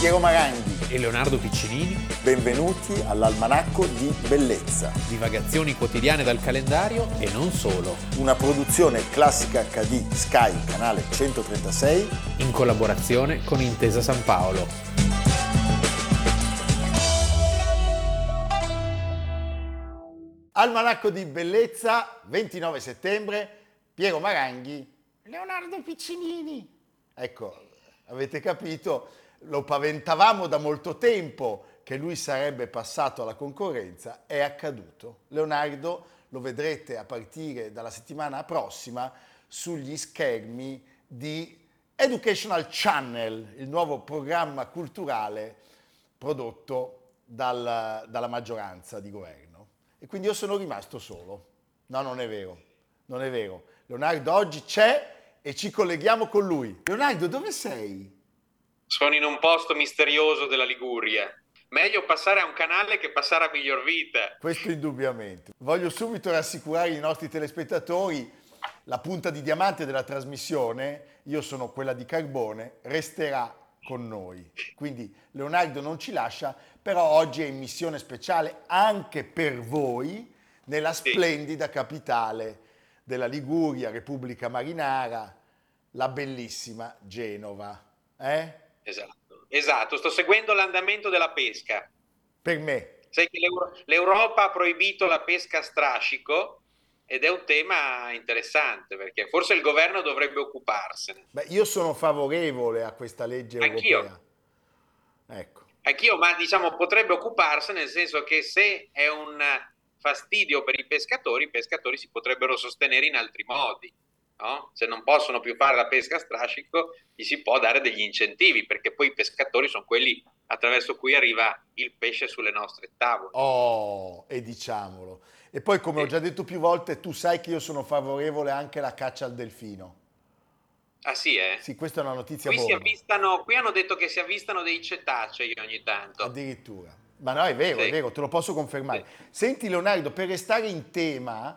Piero Maranghi e Leonardo Piccinini. Benvenuti all'Almanacco di Bellezza. Divagazioni quotidiane dal calendario e non solo. Una produzione Classica HD Sky, canale 136, in collaborazione con Intesa San Paolo. Almanacco di Bellezza, 29 settembre, Piero Maranghi, Leonardo Piccinini. Ecco, avete capito, lo paventavamo da molto tempo che lui sarebbe passato alla concorrenza, è accaduto. Leonardo lo vedrete a partire dalla settimana prossima sugli schermi di Educational Channel, il nuovo programma culturale prodotto dalla maggioranza di governo. E quindi io sono rimasto solo. No, non è vero, non è vero. Leonardo oggi c'è e ci colleghiamo con lui. Leonardo, dove sei? Sono in un posto misterioso della Liguria. Meglio passare a un canale che passare a Miglior Vita. Questo indubbiamente. Voglio subito rassicurare i nostri telespettatori, la punta di diamante della trasmissione, io sono quella di carbone, resterà con noi. Quindi Leonardo non ci lascia, però oggi è in missione speciale anche per voi nella splendida capitale della Liguria, Repubblica Marinara, la bellissima Genova. Esatto, sto seguendo l'andamento della pesca. Per me. Sai che l'Europa ha proibito la pesca a strascico ed è un tema interessante perché forse il governo dovrebbe occuparsene. Beh, io sono favorevole a questa legge europea. Ecco. Anch'io, ma diciamo potrebbe occuparsene nel senso che se è un fastidio per i pescatori si potrebbero sostenere in altri modi. No? Se non possono più fare la pesca a strascico, gli si può dare degli incentivi, perché poi i pescatori sono quelli attraverso cui arriva il pesce sulle nostre tavole. Oh, e diciamolo. E poi, come ho già detto più volte, tu sai che io sono favorevole anche alla caccia al delfino. Ah sì, eh? Sì, questa è una notizia qui buona. Qui hanno detto che si avvistano dei cetacei ogni tanto. Addirittura. Ma no, è vero, te lo posso confermare. Sì. Senti Leonardo, per restare in tema,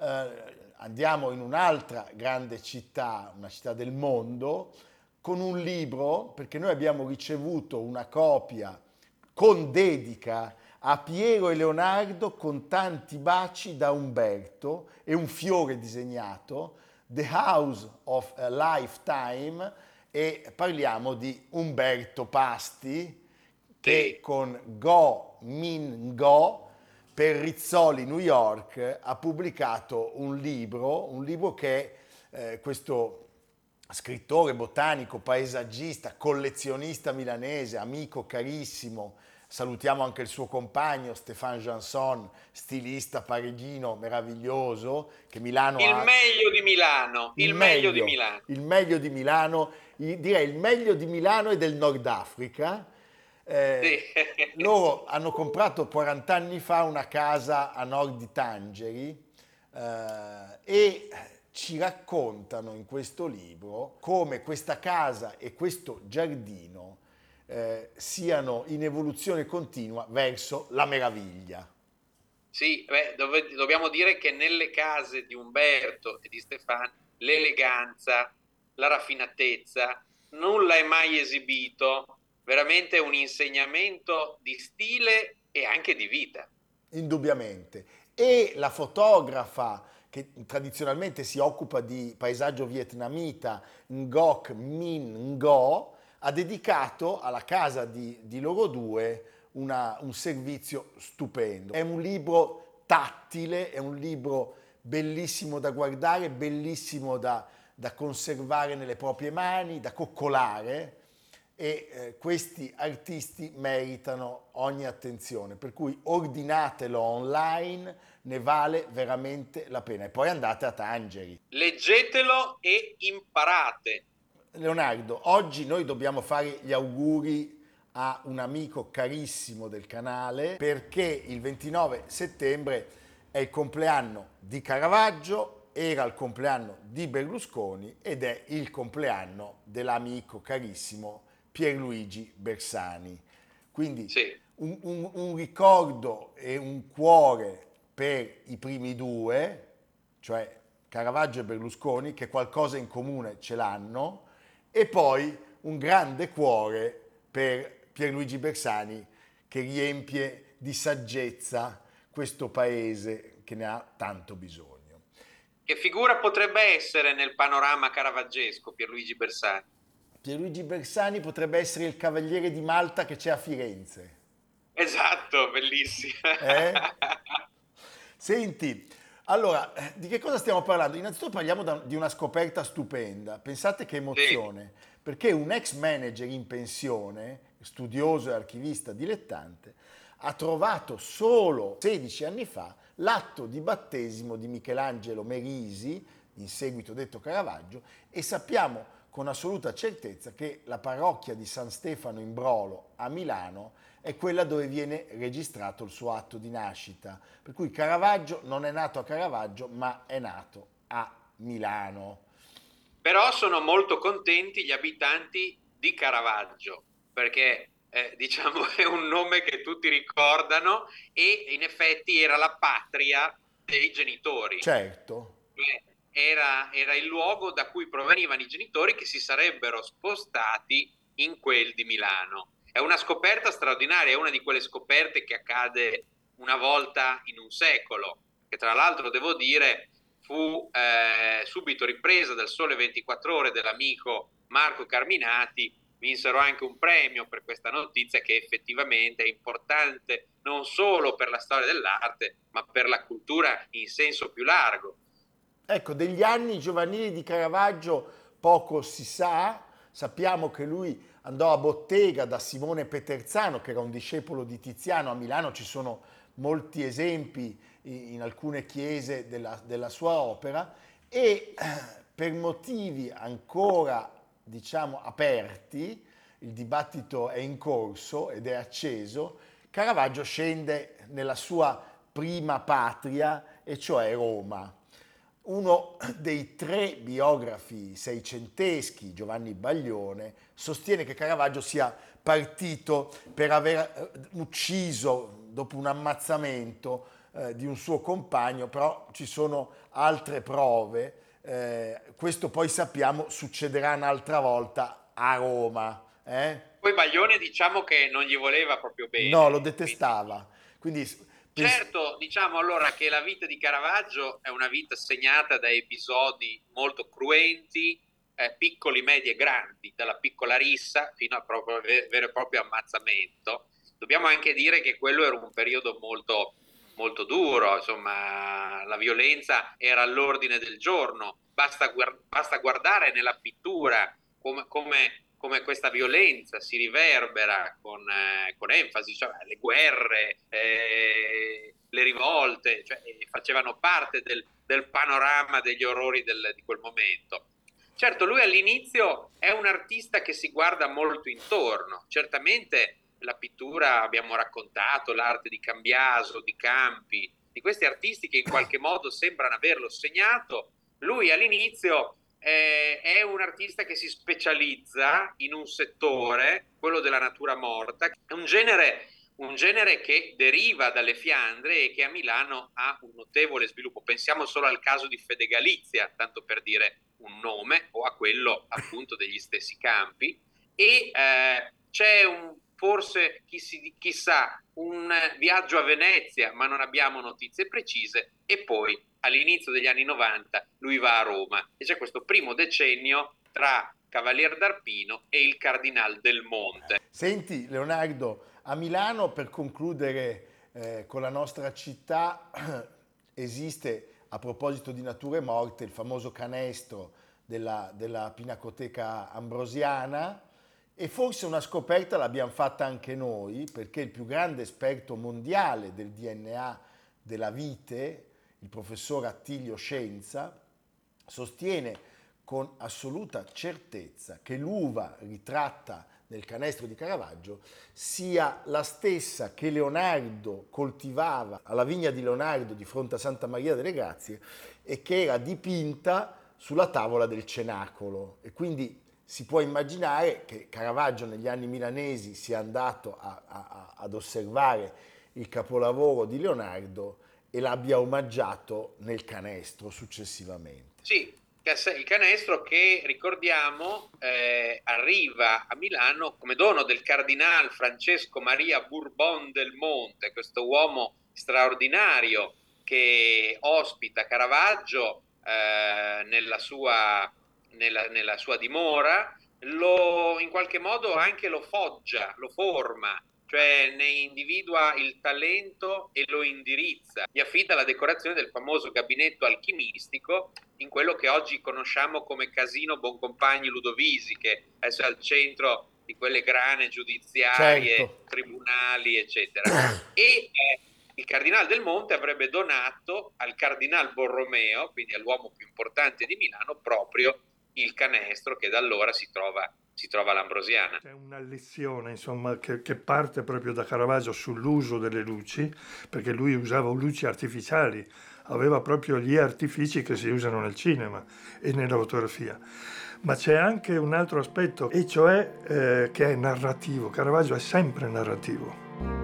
andiamo in un'altra grande città, una città del mondo, con un libro, perché noi abbiamo ricevuto una copia con dedica a Piero e Leonardo con tanti baci da Umberto e un fiore disegnato, The House of a Lifetime, e parliamo di Umberto Pasti, che con Go Min Go per Rizzoli New York ha pubblicato un libro che questo scrittore, botanico, paesaggista, collezionista milanese, amico carissimo, salutiamo anche il suo compagno Stéphane Janson, stilista parigino meraviglioso, che Milano il ha... meglio di Milano, il meglio di Milano. Il meglio di Milano, direi il meglio di Milano e del Nord Africa. Sì. Loro hanno comprato 40 anni fa una casa a nord di Tangeri e ci raccontano in questo libro come questa casa e questo giardino siano in evoluzione continua verso la meraviglia. Sì, dobbiamo dire che nelle case di Umberto e di Stéphane l'eleganza, la raffinatezza, nulla è mai esibito, veramente un insegnamento di stile e anche di vita. Indubbiamente. E la fotografa che tradizionalmente si occupa di paesaggio vietnamita, Ngoc Minh Ngo, ha dedicato alla casa di loro due un servizio stupendo. È un libro tattile, è un libro bellissimo da guardare, bellissimo da conservare nelle proprie mani, da coccolare, e questi artisti meritano ogni attenzione, per cui ordinatelo online, ne vale veramente la pena. E poi andate a Tangeri. Leggetelo e imparate. Leonardo, oggi noi dobbiamo fare gli auguri a un amico carissimo del canale, perché il 29 settembre è il compleanno di Caravaggio, era il compleanno di Berlusconi ed è il compleanno dell'amico carissimo Pierluigi Bersani. Quindi sì, un ricordo e un cuore per i primi due, cioè Caravaggio e Berlusconi, che qualcosa in comune ce l'hanno, e poi un grande cuore per Pierluigi Bersani, che riempie di saggezza questo paese che ne ha tanto bisogno. Che figura potrebbe essere nel panorama caravaggesco Pierluigi Bersani? Pierluigi Bersani potrebbe essere il cavaliere di Malta che c'è a Firenze. Esatto, bellissimo. Senti, allora, di che cosa stiamo parlando? Innanzitutto parliamo di una scoperta stupenda. Pensate che emozione, sì. Perché un ex manager in pensione, studioso e archivista dilettante, ha trovato solo 16 anni fa l'atto di battesimo di Michelangelo Merisi, in seguito detto Caravaggio, e sappiamo con assoluta certezza che la parrocchia di San Stefano in Brolo a Milano è quella dove viene registrato il suo atto di nascita. Per cui Caravaggio non è nato a Caravaggio, ma è nato a Milano. Però sono molto contenti gli abitanti di Caravaggio, perché diciamo è un nome che tutti ricordano e in effetti era la patria dei genitori. Certo. Era il luogo da cui provenivano i genitori che si sarebbero spostati in quel di Milano. È una scoperta straordinaria, è una di quelle scoperte che accade una volta in un secolo, che tra l'altro devo dire fu subito ripresa dal Sole 24 Ore dell'amico Marco Carminati. Vinsero anche un premio per questa notizia che effettivamente è importante non solo per la storia dell'arte, ma per la cultura in senso più largo. Ecco, degli anni giovanili di Caravaggio poco si sa. Sappiamo che lui andò a bottega da Simone Peterzano, che era un discepolo di Tiziano. A Milano ci sono molti esempi in alcune chiese della sua opera, e per motivi ancora, diciamo, aperti, il dibattito è in corso ed è acceso, Caravaggio scende nella sua prima patria, e cioè Roma. Uno dei 3 biografi seicenteschi, Giovanni Baglione, sostiene che Caravaggio sia partito per aver ucciso dopo un ammazzamento di un suo compagno, però ci sono altre prove. Questo poi sappiamo succederà un'altra volta a Roma. Poi Baglione diciamo che non gli voleva proprio bene. No, lo detestava. Quindi certo, diciamo allora che la vita di Caravaggio è una vita segnata da episodi molto cruenti, piccoli, medi e grandi, dalla piccola rissa fino al proprio vero e proprio ammazzamento. Dobbiamo anche dire che quello era un periodo molto, molto duro, insomma, la violenza era all'ordine del giorno. Basta guardare nella pittura come questa violenza si riverbera con enfasi, cioè le guerre, le rivolte, cioè, facevano parte del panorama degli orrori di quel momento. Certo, lui all'inizio è un artista che si guarda molto intorno, certamente la pittura, abbiamo raccontato, l'arte di Cambiaso, di Campi, di questi artisti che in qualche modo sembrano averlo segnato. Lui all'inizio è un artista che si specializza in un settore, quello della natura morta, è un genere che deriva dalle Fiandre e che a Milano ha un notevole sviluppo. Pensiamo solo al caso di Fede Galizia, tanto per dire un nome, o a quello appunto degli stessi Campi, e c'è forse chissà un viaggio a Venezia, ma non abbiamo notizie precise, e poi all'inizio degli anni 90 lui va a Roma e c'è questo primo decennio tra Cavalier d'Arpino e il Cardinal del Monte. Senti Leonardo, a Milano, per concludere con la nostra città, esiste, a proposito di nature morte, il famoso canestro della Pinacoteca Ambrosiana, e forse una scoperta l'abbiamo fatta anche noi, perché il più grande esperto mondiale del DNA della vite, il professor Attilio Scienza, sostiene con assoluta certezza che l'uva ritratta nel canestro di Caravaggio sia la stessa che Leonardo coltivava alla vigna di Leonardo di fronte a Santa Maria delle Grazie e che era dipinta sulla tavola del cenacolo. E quindi si può immaginare che Caravaggio negli anni milanesi sia andato ad osservare il capolavoro di Leonardo e l'abbia omaggiato nel canestro successivamente. Sì, Il canestro che, ricordiamo, arriva a Milano come dono del cardinal Francesco Maria Bourbon del Monte, questo uomo straordinario che ospita Caravaggio nella sua dimora, in qualche modo anche lo foggia, lo forma, cioè ne individua il talento e lo indirizza. Gli affida la decorazione del famoso gabinetto alchimistico in quello che oggi conosciamo come Casino Boncompagni Ludovisi, che adesso è al centro di quelle grane giudiziarie, Certo. tribunali, eccetera. E il Cardinal del Monte avrebbe donato al Cardinal Borromeo, quindi all'uomo più importante di Milano, proprio il canestro che da allora si trova all'Ambrosiana. C'è una lezione, insomma, che parte proprio da Caravaggio sull'uso delle luci, perché lui usava luci artificiali, aveva proprio gli artifici che si usano nel cinema e nella fotografia. Ma c'è anche un altro aspetto, e cioè che è narrativo. Caravaggio è sempre narrativo.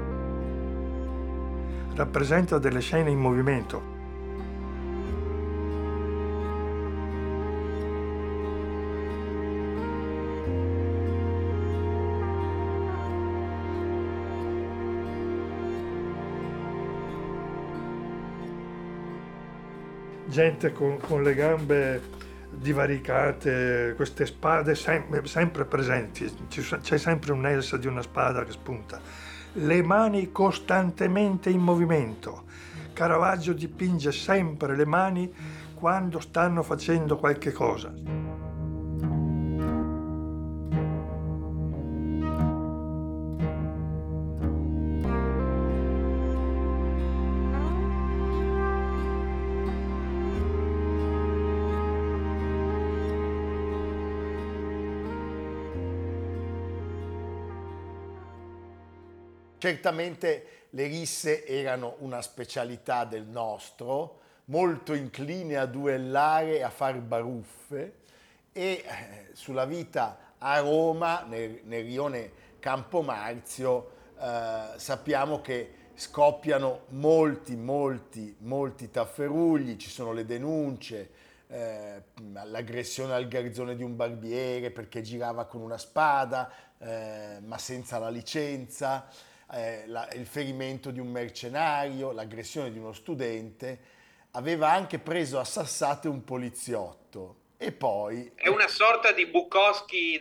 Rappresenta delle scene in movimento. Gente con le gambe divaricate, queste spade sempre presenti, c'è sempre un'elsa di una spada che spunta, le mani costantemente in movimento. Caravaggio dipinge sempre le mani quando stanno facendo qualche cosa. Certamente le risse erano una specialità del nostro, molto incline a duellare e a far baruffe, e sulla vita a Roma, nel rione Campomarzio, sappiamo che scoppiano molti tafferugli, ci sono le denunce, l'aggressione al garzone di un barbiere perché girava con una spada, ma senza la licenza, il ferimento di un mercenario, l'aggressione di uno studente. Aveva anche preso a sassate un poliziotto. E poi... È una sorta di Bukowski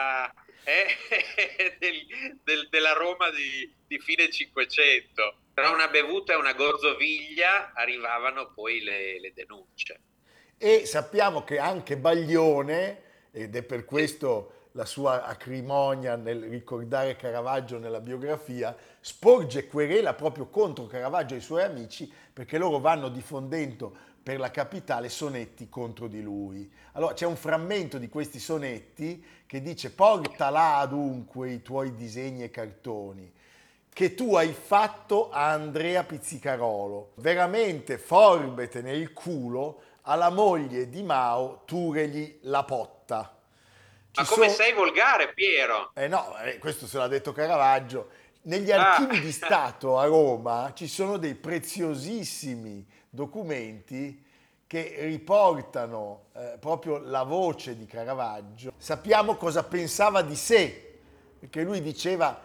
della Roma di fine Cinquecento. Tra una bevuta e una gozzoviglia arrivavano poi le denunce. E sappiamo che anche Baglione, ed è per questo la sua acrimonia nel ricordare Caravaggio nella biografia, sporge querela proprio contro Caravaggio e i suoi amici perché loro vanno diffondendo per la capitale sonetti contro di lui. Allora c'è un frammento di questi sonetti che dice: porta là dunque i tuoi disegni e cartoni che tu hai fatto a Andrea Pizzicarolo, veramente forbete nel culo alla moglie di Mao turegli la potta. Ma come sei volgare, Piero? No, questo se l'ha detto Caravaggio. Negli archivi di Stato a Roma ci sono dei preziosissimi documenti che riportano proprio la voce di Caravaggio. Sappiamo cosa pensava di sé, perché lui diceva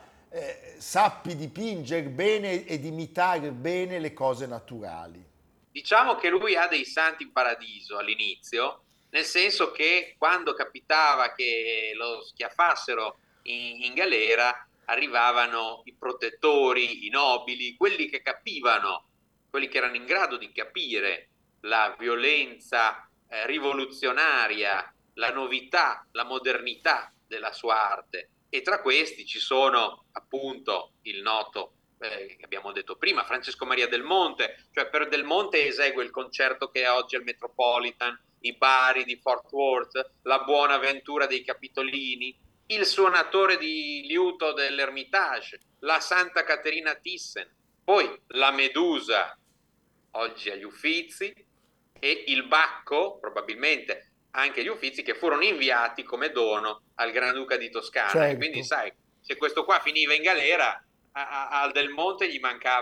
sappi dipingere bene ed imitare bene le cose naturali. Diciamo che lui ha dei santi in paradiso all'inizio, nel senso che quando capitava che lo schiaffassero in galera, arrivavano i protettori, i nobili, quelli che capivano, quelli che erano in grado di capire la violenza rivoluzionaria, la novità, la modernità della sua arte. E tra questi ci sono appunto il noto che abbiamo detto prima, Francesco Maria Del Monte, cioè per Del Monte esegue il concerto che è oggi al Metropolitan, i Bari di Fort Worth, la Buona Ventura dei Capitolini, il suonatore di liuto dell'Ermitage, la Santa Caterina Thyssen, poi la Medusa oggi agli Uffizi e il Bacco, probabilmente anche gli Uffizi, che furono inviati come dono al Granduca di Toscana. Certo. E quindi sai, se questo qua finiva in galera, al Del Monte gli mancava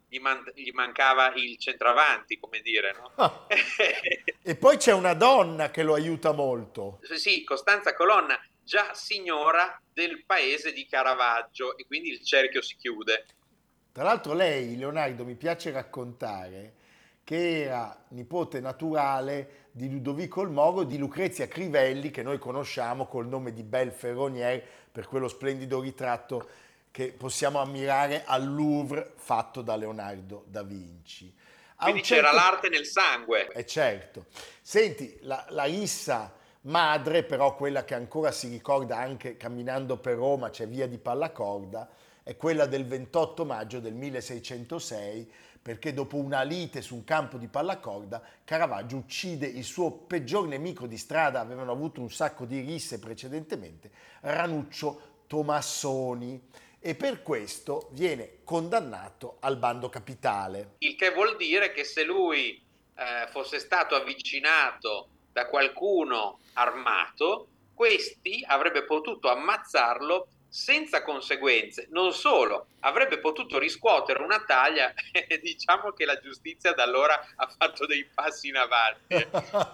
gli mancava il centravanti, come dire, no? Ah. E poi c'è una donna che lo aiuta molto. Sì, Costanza Colonna, già signora del paese di Caravaggio, e quindi il cerchio si chiude. Tra l'altro lei, Leonardo, mi piace raccontare che era nipote naturale di Ludovico il Moro, di Lucrezia Crivelli, che noi conosciamo col nome di Belle Ferronnière, per quello splendido ritratto che possiamo ammirare al Louvre fatto da Leonardo da Vinci. Quindi c'era l'arte nel sangue. Certo. Senti, la rissa madre, però quella che ancora si ricorda anche camminando per Roma, c'è via di Pallacorda, è quella del 28 maggio del 1606, perché dopo una lite su un campo di Pallacorda, Caravaggio uccide il suo peggior nemico di strada, avevano avuto un sacco di risse precedentemente, Ranuccio Tomassoni, e per questo viene condannato al bando capitale. Il che vuol dire che se lui fosse stato avvicinato da qualcuno armato, questi avrebbe potuto ammazzarlo senza conseguenze. Non solo, avrebbe potuto riscuotere una taglia e diciamo che la giustizia da allora ha fatto dei passi in avanti.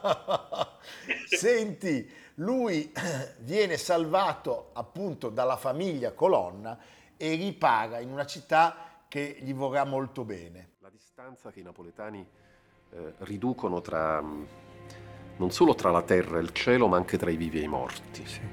Senti, lui viene salvato appunto dalla famiglia Colonna e ripara in una città che gli vorrà molto bene. La distanza che i napoletani riducono non solo tra la terra e il cielo, ma anche tra i vivi e i morti. Sì.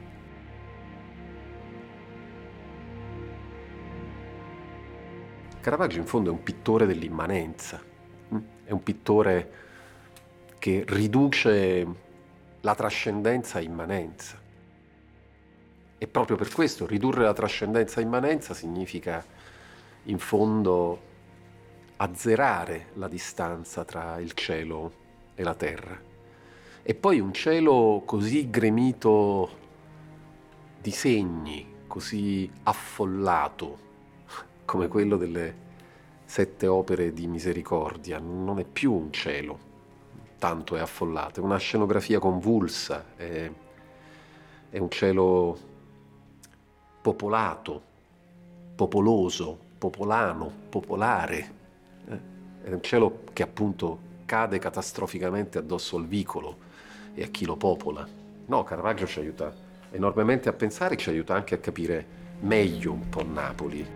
Caravaggio in fondo è un pittore dell'immanenza, è un pittore che riduce la trascendenza a immanenza. E proprio per questo ridurre la trascendenza a immanenza significa in fondo azzerare la distanza tra il cielo e la terra. E poi un cielo così gremito di segni, così affollato come quello delle 7 opere di Misericordia, non è più un cielo, tanto è affollato, è una scenografia convulsa, è un cielo popolato, popoloso, popolano, popolare. È un cielo che appunto cade catastroficamente addosso al vicolo e a chi lo popola. No, Caravaggio ci aiuta enormemente a pensare, ci aiuta anche a capire meglio un po' Napoli.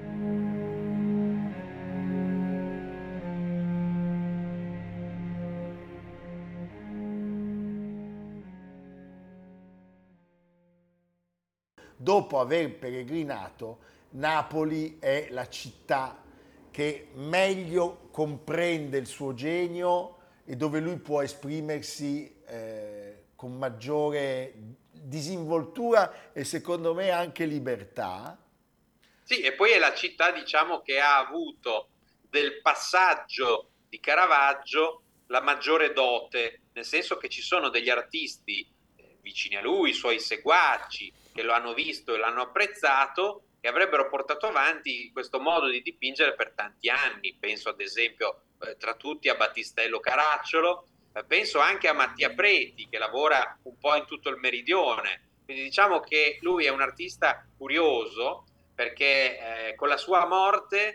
Dopo aver peregrinato, Napoli è la città che meglio comprende il suo genio e dove lui può esprimersi con maggiore disinvoltura e secondo me anche libertà. Sì, e poi è la città, diciamo, che ha avuto del passaggio di Caravaggio la maggiore dote, nel senso che ci sono degli artisti vicini a lui, i suoi seguaci, che lo hanno visto e l'hanno apprezzato, che avrebbero portato avanti questo modo di dipingere per tanti anni. Penso ad esempio tra tutti a Battistello Caracciolo, penso anche a Mattia Preti, che lavora un po' in tutto il meridione. Quindi diciamo che lui è un artista curioso, perché con la sua morte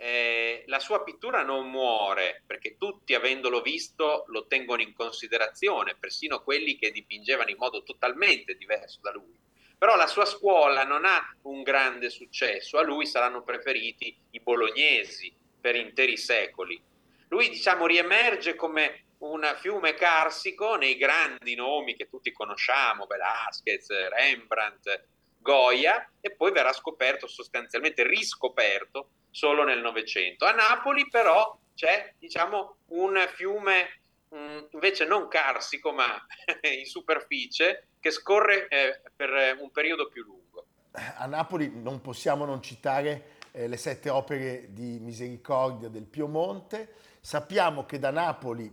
la sua pittura non muore, perché tutti, avendolo visto, lo tengono in considerazione, persino quelli che dipingevano in modo totalmente diverso da lui. Però la sua scuola non ha un grande successo, a lui saranno preferiti i bolognesi per interi secoli. Lui, diciamo, riemerge come un fiume carsico nei grandi nomi che tutti conosciamo, Velázquez, Rembrandt, Goya, e poi verrà scoperto, sostanzialmente riscoperto, solo nel Novecento. A Napoli però c'è, diciamo, un fiume invece non carsico ma in superficie, che scorre per un periodo più lungo. A Napoli non possiamo non citare le 7 opere di Misericordia del Piemonte. Sappiamo che da Napoli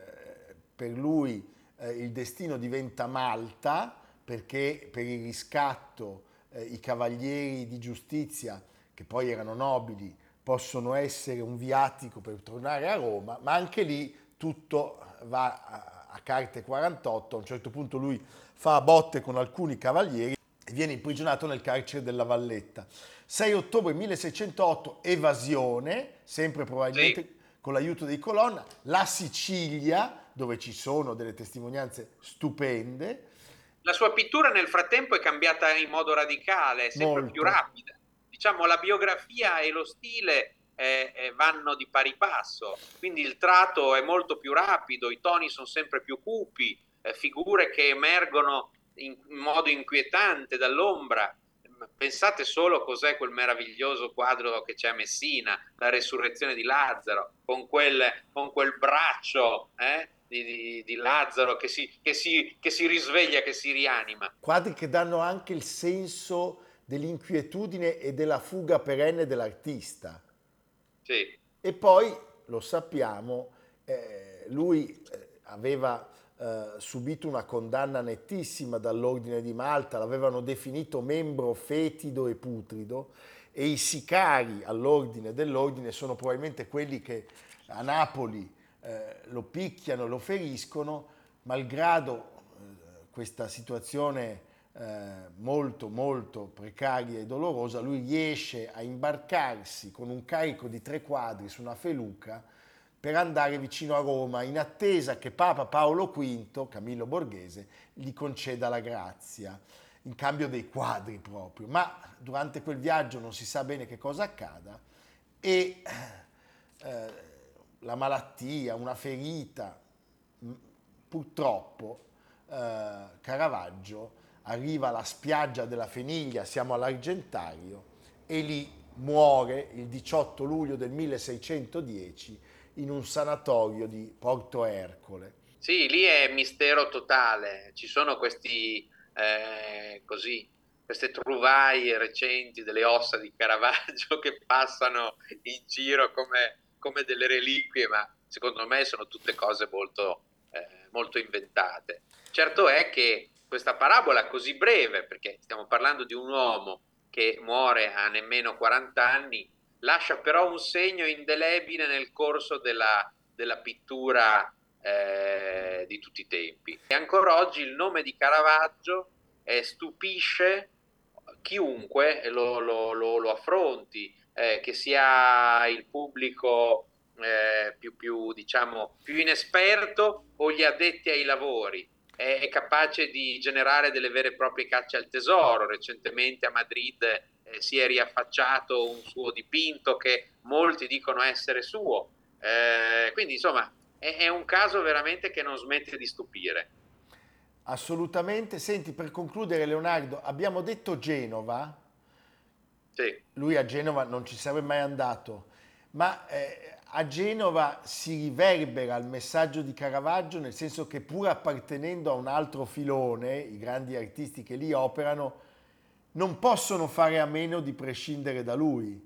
per lui il destino diventa Malta, perché per il riscatto i cavalieri di giustizia, che poi erano nobili, possono essere un viatico per tornare a Roma, ma anche lì tutto va a carte 48. A un certo punto lui fa a botte con alcuni cavalieri e viene imprigionato nel carcere della Valletta. 6 ottobre 1608, evasione, sempre probabilmente con l'aiuto dei Colonna, la Sicilia, dove ci sono delle testimonianze stupende. La sua pittura nel frattempo è cambiata in modo radicale, sempre più rapida. Diciamo, la biografia e lo stile vanno di pari passo, quindi il tratto è molto più rapido, i toni sono sempre più cupi, figure che emergono in modo inquietante dall'ombra. Pensate solo cos'è quel meraviglioso quadro che c'è a Messina, la resurrezione di Lazzaro, con quel braccio di Lazzaro che si risveglia, che si rianima. Quadri che danno anche il senso dell'inquietudine e della fuga perenne dell'artista. Sì. E poi, lo sappiamo, lui aveva subito una condanna nettissima dall'Ordine di Malta, l'avevano definito membro fetido e putrido, e i sicari dell'ordine sono probabilmente quelli che a Napoli lo picchiano, lo feriscono, malgrado questa situazione molto molto precaria e dolorosa. Lui riesce a imbarcarsi con un carico di 3 quadri su una feluca per andare vicino a Roma, in attesa che Papa Paolo V, Camillo Borghese, gli conceda la grazia, in cambio dei quadri proprio. Ma durante quel viaggio non si sa bene che cosa accada, e la malattia, una ferita, purtroppo Caravaggio arriva alla spiaggia della Feniglia, siamo all'Argentario, e lì muore il 18 luglio del 1610 in un sanatorio di Porto Ercole. Sì, lì è mistero totale, ci sono queste trouvaille recenti delle ossa di Caravaggio che passano in giro come delle reliquie, ma secondo me sono tutte cose molto inventate. Certo è che questa parabola così breve, perché stiamo parlando di un uomo che muore a nemmeno 40 anni, lascia però un segno indelebile nel corso della pittura di tutti i tempi. E ancora oggi il nome di Caravaggio stupisce chiunque lo affronti, che sia il pubblico più inesperto o gli addetti ai lavori. È capace di generare delle vere e proprie cacce al tesoro. Recentemente a Madrid si è riaffacciato un suo dipinto che molti dicono essere suo, quindi insomma è un caso veramente che non smette di stupire. Assolutamente. Senti, per concludere, Leonardo, abbiamo detto Genova. Sì. Lui a Genova non ci sarebbe mai andato, ma a Genova si riverbera il messaggio di Caravaggio, nel senso che, pur appartenendo a un altro filone, i grandi artisti che lì operano non possono fare a meno di prescindere da lui.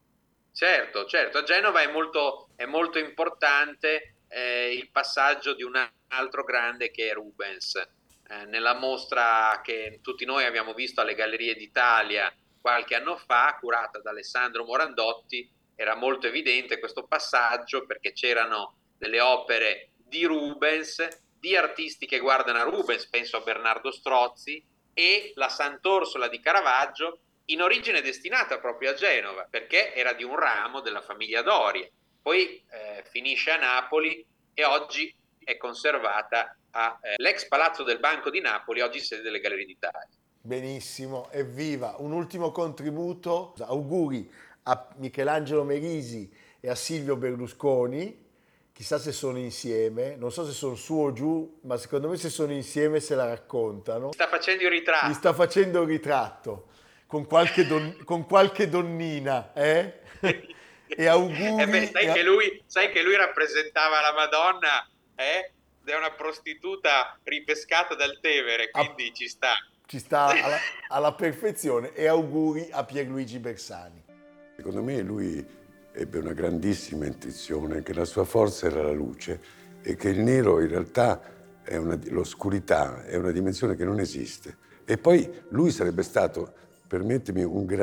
Certo, a Genova è molto importante il passaggio di un altro grande che è Rubens. Nella mostra che tutti noi abbiamo visto alle Gallerie d'Italia qualche anno fa, curata da Alessandro Morandotti, era molto evidente questo passaggio, perché c'erano delle opere di Rubens, di artisti che guardano a Rubens, penso a Bernardo Strozzi, e la Sant'Orsola di Caravaggio, in origine destinata proprio a Genova, perché era di un ramo della famiglia Doria. Poi finisce a Napoli e oggi è conservata all'ex Palazzo del Banco di Napoli, oggi sede delle Gallerie d'Italia. Benissimo, evviva! Un ultimo contributo, auguri a Michelangelo Merisi e a Silvio Berlusconi. Chissà se sono insieme, non so se sono su o giù, ma secondo me se sono insieme se la raccontano. Sta facendo il ritratto. Mi sta facendo il ritratto, con qualche donnina, eh? E auguri. Sai che lui rappresentava la Madonna, ed è una prostituta ripescata dal Tevere, quindi ci sta. Ci sta alla perfezione, e auguri a Pierluigi Bersani. Secondo me lui ebbe una grandissima intuizione, che la sua forza era la luce e che il nero in realtà è l'oscurità, è una dimensione che non esiste. E poi lui sarebbe stato, permettimi,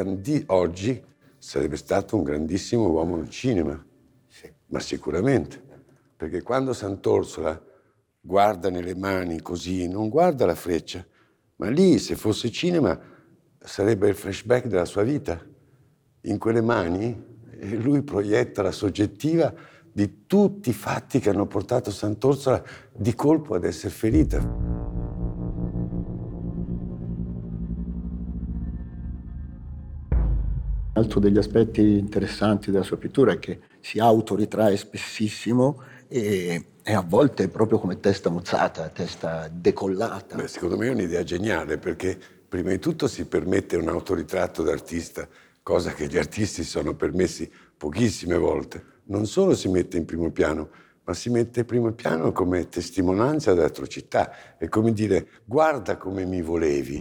oggi sarebbe stato un grandissimo uomo del cinema, sì, ma sicuramente, perché quando Sant'Orsola guarda nelle mani così, non guarda la freccia, ma lì, se fosse cinema, sarebbe il flashback della sua vita. In quelle mani lui proietta la soggettiva di tutti i fatti che hanno portato Sant'Orsola di colpo ad essere ferita. Un altro degli aspetti interessanti della sua pittura è che si autoritrae spessissimo e a volte proprio come testa mozzata, testa decollata. Beh, secondo me è un'idea geniale, perché prima di tutto si permette un autoritratto d'artista, cosa che gli artisti sono permessi pochissime volte. Non solo si mette in primo piano, ma si mette in primo piano come testimonianza dell'atrocità. È come dire: guarda come mi volevi.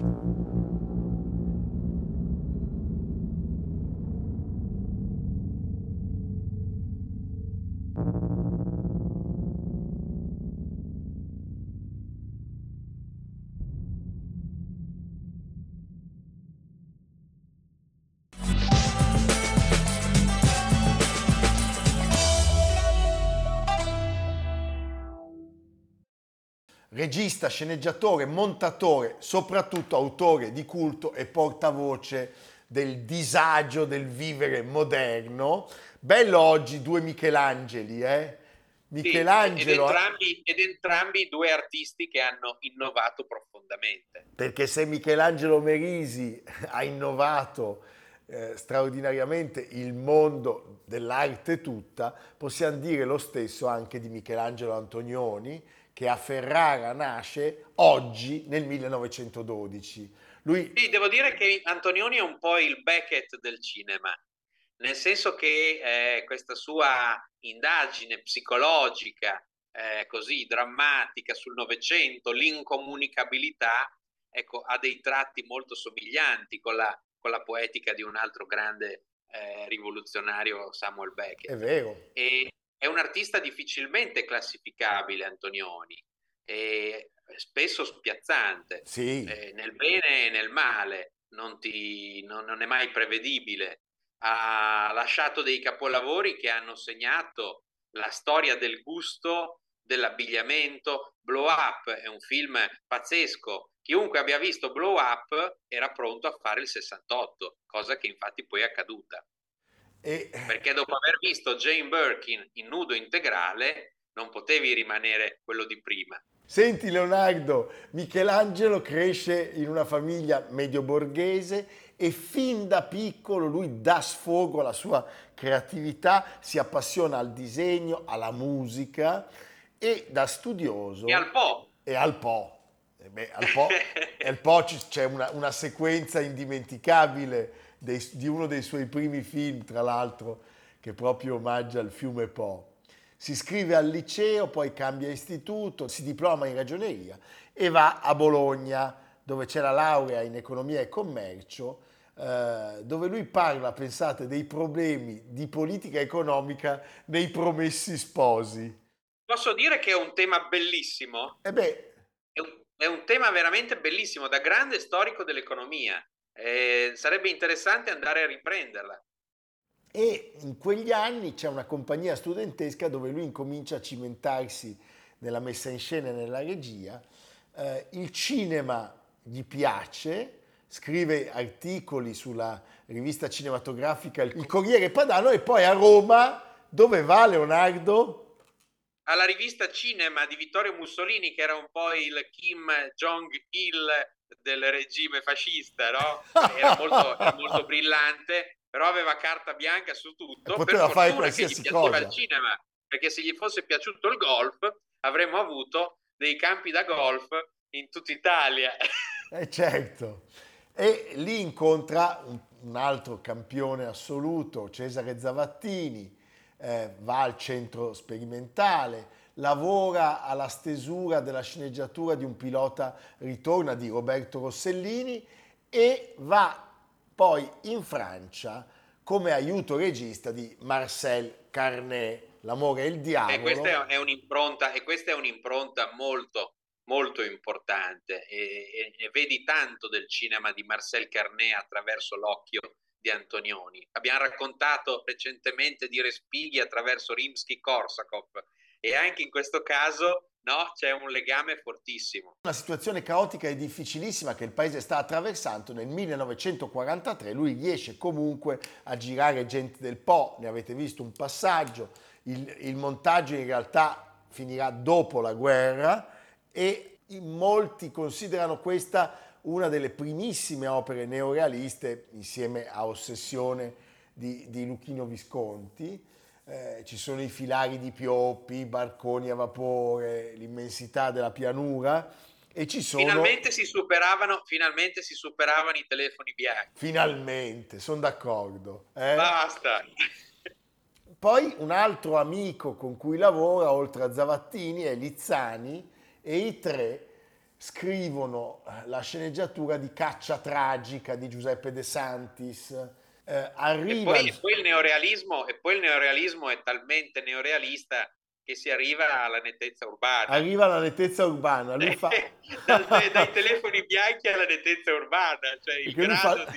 Regista, sceneggiatore, montatore, soprattutto autore di culto e portavoce del disagio del vivere moderno. Bello oggi, due Michelangeli, Michelangelo... Sì, ed entrambi due artisti che hanno innovato profondamente. Perché se Michelangelo Merisi ha innovato straordinariamente il mondo dell'arte tutta, possiamo dire lo stesso anche di Michelangelo Antonioni, che a Ferrara nasce oggi nel 1912. Sì, devo dire che Antonioni è un po' il Beckett del cinema, nel senso che questa sua indagine psicologica così drammatica sul Novecento, l'incomunicabilità, ecco, ha dei tratti molto somiglianti con la poetica di un altro grande rivoluzionario, Samuel Beckett. È vero. E è un artista difficilmente classificabile, Antonioni, e spesso spiazzante, sì. Nel bene e nel male, non è mai prevedibile. Ha lasciato dei capolavori che hanno segnato la storia del gusto, dell'abbigliamento. Blow Up è un film pazzesco. Chiunque abbia visto Blow Up era pronto a fare il 68, cosa che infatti poi è accaduta. Perché dopo aver visto Jane Birkin in nudo integrale non potevi rimanere quello di prima. Senti Leonardo, Michelangelo cresce in una famiglia medio borghese e fin da piccolo lui dà sfogo alla sua creatività, si appassiona al disegno, alla musica e da studioso... E al Po. E al Po. Al Po c'è una sequenza indimenticabile di uno dei suoi primi film, tra l'altro, che proprio omaggia il fiume Po. Si iscrive al liceo, poi cambia istituto, si diploma in ragioneria e va a Bologna, dove c'è la laurea in economia e commercio, dove lui parla, pensate, dei problemi di politica economica nei Promessi Sposi. Posso dire che è un tema bellissimo? È un tema veramente bellissimo, da grande storico dell'economia. Sarebbe interessante andare a riprenderla. E in quegli anni c'è una compagnia studentesca dove lui incomincia a cimentarsi nella messa in scena e nella regia. Il cinema gli piace, scrive articoli sulla rivista cinematografica Il Corriere Padano e poi a Roma, dove va Leonardo? Alla rivista Cinema di Vittorio Mussolini, che era un po' il Kim Jong-il del regime fascista, no? Era molto brillante, però aveva carta bianca su tutto. Poteva per fare fortuna che gli piaceva cosa. Il cinema, perché se gli fosse piaciuto il golf avremmo avuto dei campi da golf in tutta Italia. Certo. E lì incontra un altro campione assoluto, Cesare Zavattini, va al centro sperimentale, lavora alla stesura della sceneggiatura di Un pilota ritorna di Roberto Rossellini e va poi in Francia come aiuto regista di Marcel Carné, L'amore e il diavolo. E questa è un'impronta molto importante e vedi tanto del cinema di Marcel Carné attraverso l'occhio di Antonioni. Abbiamo raccontato recentemente di Respighi attraverso Rimsky-Korsakov e anche in questo caso, no, c'è un legame fortissimo. Una situazione caotica e difficilissima che il paese sta attraversando. Nel 1943 lui riesce comunque a girare Gente del Po, ne avete visto un passaggio, il montaggio in realtà finirà dopo la guerra e molti considerano questa una delle primissime opere neorealiste insieme a Ossessione di Luchino Visconti. Ci sono i filari di pioppi, i barconi a vapore, l'immensità della pianura e ci sono... Finalmente si superavano i telefoni bianchi. Finalmente, sono d'accordo. Basta! Poi un altro amico con cui lavora, oltre a Zavattini, è Lizzani e i tre scrivono la sceneggiatura di Caccia tragica di Giuseppe De Santis. E poi il neorealismo è talmente neorealista che si arriva alla nettezza urbana. Arriva alla nettezza urbana. Lui fa... dai telefoni bianchi alla nettezza urbana. Cioè il grado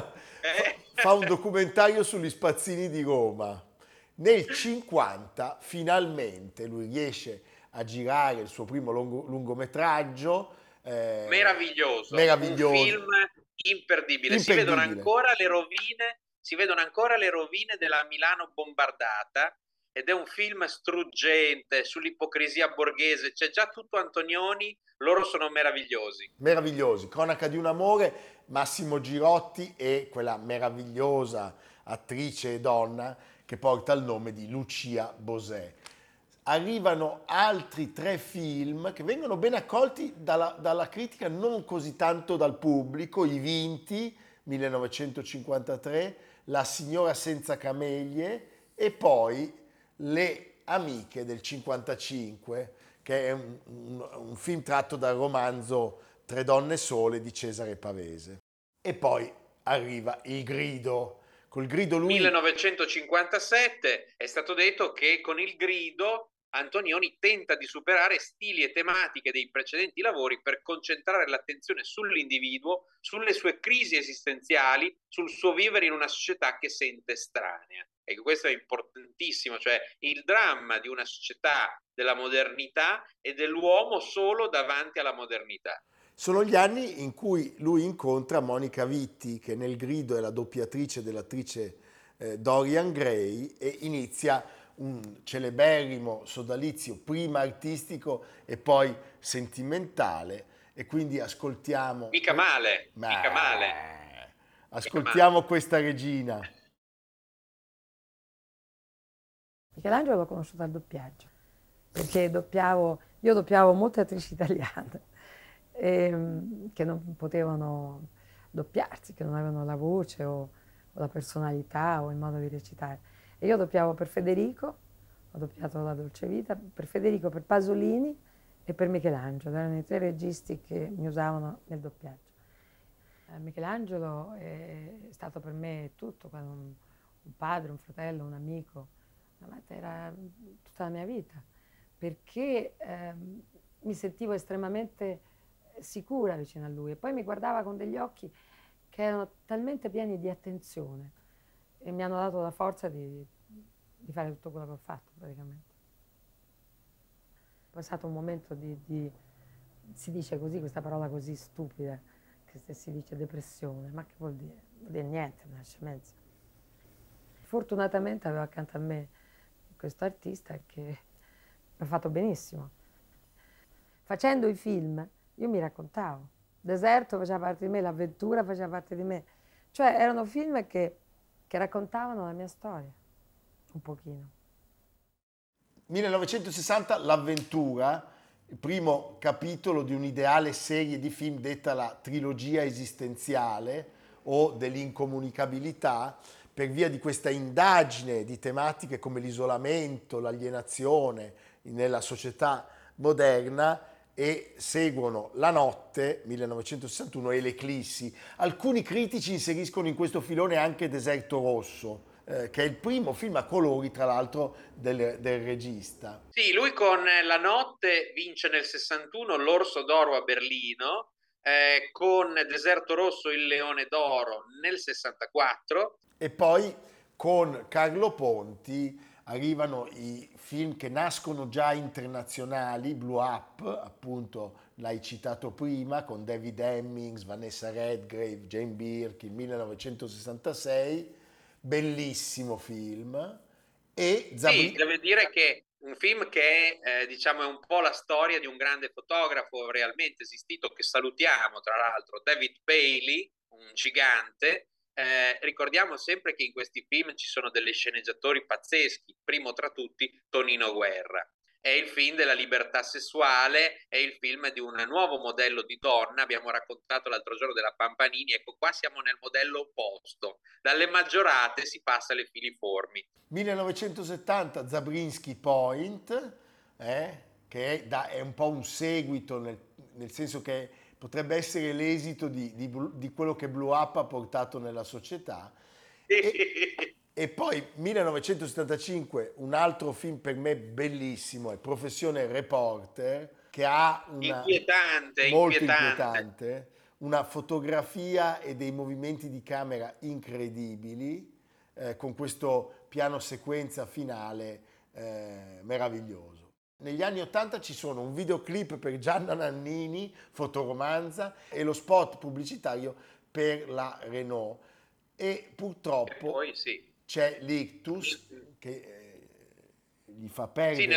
fa un documentario sugli spazzini di Roma. Nel 50 finalmente lui riesce a girare il suo primo lungometraggio. Meraviglioso. Un film imperdibile. Si vedono ancora le rovine della Milano bombardata ed è un film struggente sull'ipocrisia borghese. C'è già tutto Antonioni, loro sono meravigliosi. Meravigliosi. Cronaca di un amore, Massimo Girotti e quella meravigliosa attrice e donna che porta il nome di Lucia Bosè. Arrivano altri 3 film che vengono ben accolti dalla critica, non così tanto dal pubblico. I Vinti, 1953, La signora senza camelie e poi Le amiche del 55, che è un film tratto dal romanzo Tre donne sole di Cesare Pavese. E poi arriva Il grido. Col grido lui... 1957 è stato detto che con Il grido Antonioni tenta di superare stili e tematiche dei precedenti lavori per concentrare l'attenzione sull'individuo, sulle sue crisi esistenziali, sul suo vivere in una società che sente estranea. E questo è importantissimo, cioè il dramma di una società della modernità e dell'uomo solo davanti alla modernità. Sono gli anni in cui lui incontra Monica Vitti, che nel grido è la doppiatrice dell'attrice Dorian Gray, e inizia un celeberrimo sodalizio, prima artistico e poi sentimentale, e quindi ascoltiamo... Mica male. Ascoltiamo questa regina. Michelangelo l'ho conosciuto al doppiaggio, perché io doppiavo molte attrici italiane che non potevano doppiarsi, che non avevano la voce o la personalità o il modo di recitare. E io doppiavo per Federico, ho doppiato La dolce vita, per Federico, per Pasolini e per Michelangelo. Erano i 3 registi che mi usavano nel doppiaggio. Michelangelo è stato per me tutto, un padre, un fratello, un amico. Era tutta la mia vita, perché mi sentivo estremamente sicura vicino a lui e poi mi guardava con degli occhi che erano talmente pieni di attenzione e mi hanno dato la forza di fare tutto quello che ho fatto praticamente. È passato un momento si dice così, questa parola così stupida, che si dice depressione, ma che vuol dire? Vuol dire niente, una scemenza. Fortunatamente avevo accanto a me questo artista che mi ha fatto benissimo. Facendo i film io mi raccontavo, Deserto faceva parte di me, L'avventura faceva parte di me, cioè erano film che raccontavano la mia storia, un pochino. 1960 L'avventura, il primo capitolo di un'ideale serie di film detta la trilogia esistenziale o dell'incomunicabilità, per via di questa indagine di tematiche come l'isolamento, l'alienazione nella società moderna, e seguono La notte, 1961, e L'eclissi. Alcuni critici inseriscono in questo filone anche Deserto rosso, che è il primo film a colori, tra l'altro, del regista. Sì, lui con La notte vince nel 61 l'Orso d'Oro a Berlino, con Deserto rosso il Leone d'Oro nel 64. E poi con Carlo Ponti arrivano i film che nascono già internazionali, Blow Up, appunto l'hai citato prima, con David Hemmings, Vanessa Redgrave, Jane Birkin, 1966, bellissimo film. E Sì, devo dire che un film che diciamo è un po' la storia di un grande fotografo realmente esistito, che salutiamo tra l'altro, David Paley, un gigante. Ricordiamo sempre che in questi film ci sono degli sceneggiatori pazzeschi, primo tra tutti Tonino Guerra. È il film della libertà sessuale, è il film di un nuovo modello di donna. Abbiamo raccontato l'altro giorno della Pampanini, ecco qua siamo nel modello opposto, dalle maggiorate si passa alle filiformi. 1970 Zabriskie Point, che è un po' un seguito, nel senso che potrebbe essere l'esito di quello che Blow Up ha portato nella società. E poi 1975, un altro film per me bellissimo, è Professione Reporter, che ha molto inquietante, una fotografia e dei movimenti di camera incredibili, con questo piano sequenza finale meraviglioso. Negli anni 80 ci sono un videoclip per Gianna Nannini, fotoromanza, e lo spot pubblicitario per la Renault. E purtroppo poi, sì, c'è l'ictus che gli fa perdere. Sì,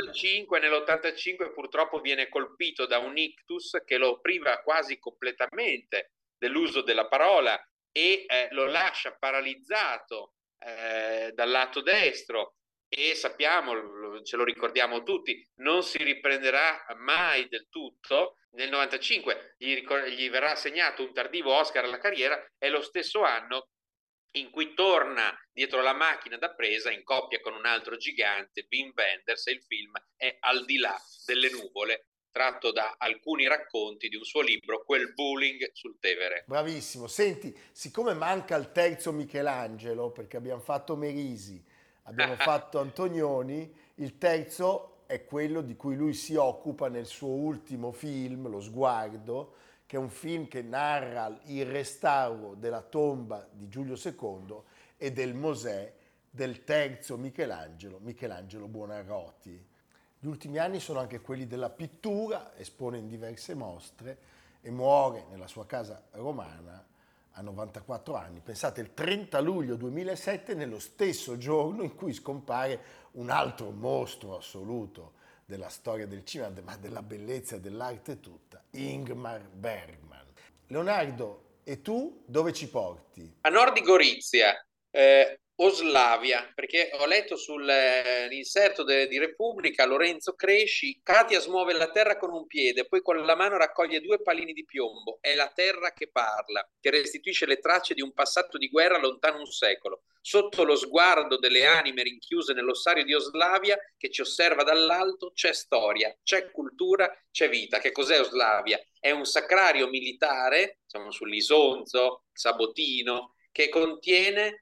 nell'85 purtroppo viene colpito da un ictus che lo priva quasi completamente dell'uso della parola e lo lascia paralizzato dal lato destro, e sappiamo, ce lo ricordiamo tutti, non si riprenderà mai del tutto. Nel 95 gli verrà assegnato un tardivo Oscar alla carriera, è lo stesso anno in cui torna dietro la macchina da presa in coppia con un altro gigante, Wim Wenders, e il film è Al di là delle nuvole, tratto da alcuni racconti di un suo libro, Quel bowling sul Tevere. Bravissimo. Senti, siccome manca il terzo Michelangelo, perché abbiamo fatto Merisi, abbiamo fatto Antonioni, il terzo è quello di cui lui si occupa nel suo ultimo film, Lo sguardo, che è un film che narra il restauro della tomba di Giulio II e del Mosè del terzo Michelangelo Buonarroti. Gli ultimi anni sono anche quelli della pittura, espone in diverse mostre e muore nella sua casa romana a 94 anni. Pensate, il 30 luglio 2007, nello stesso giorno in cui scompare un altro mostro assoluto della storia del cinema, ma della bellezza e dell'arte tutta, Ingmar Bergman. Leonardo, e tu dove ci porti? A nord di Gorizia, Oslavia, perché ho letto sull'inserto di Repubblica, Lorenzo Cresci, Katia smuove la terra con un piede, poi con la mano raccoglie 2 pallini di piombo. È la terra che parla, che restituisce le tracce di un passato di guerra lontano un secolo. Sotto lo sguardo delle anime rinchiuse nell'ossario di Oslavia, che ci osserva dall'alto, c'è storia, c'è cultura, c'è vita. Che cos'è Oslavia? È un sacrario militare, siamo sull'Isonzo, Sabotino, che contiene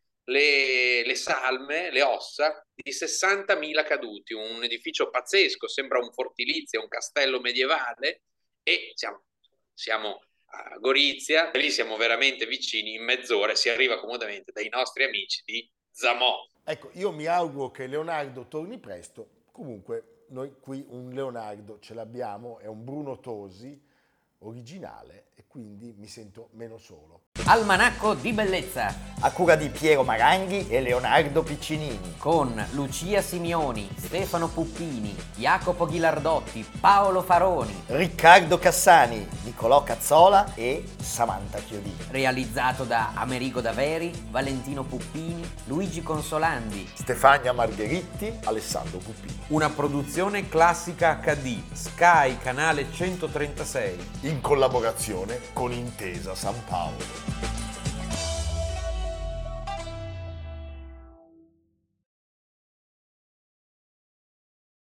le salme, le ossa di 60.000 caduti, un edificio pazzesco, sembra un fortilizio, un castello medievale, e siamo a Gorizia, e lì siamo veramente vicini, in mezz'ora si arriva comodamente dai nostri amici di Zamò. Ecco, io mi auguro che Leonardo torni presto. Comunque noi qui un Leonardo ce l'abbiamo, è un Bruno Tosi originale, e quindi mi sento meno solo. Almanacco di bellezza, a cura di Piero Maranghi e Leonardo Piccinini, con Lucia Simioni, Stefano Puppini, Jacopo Ghilardotti, Paolo Faroni, Riccardo Cassani, Nicolò Cazzola e Samantha Chiodini. Realizzato da Amerigo Daveri, Valentino Puppini, Luigi Consolandi, Stefania Margheritti, Alessandro Puppini. Una produzione Classica HD, Sky, canale 136. In collaborazione con Intesa San Paolo.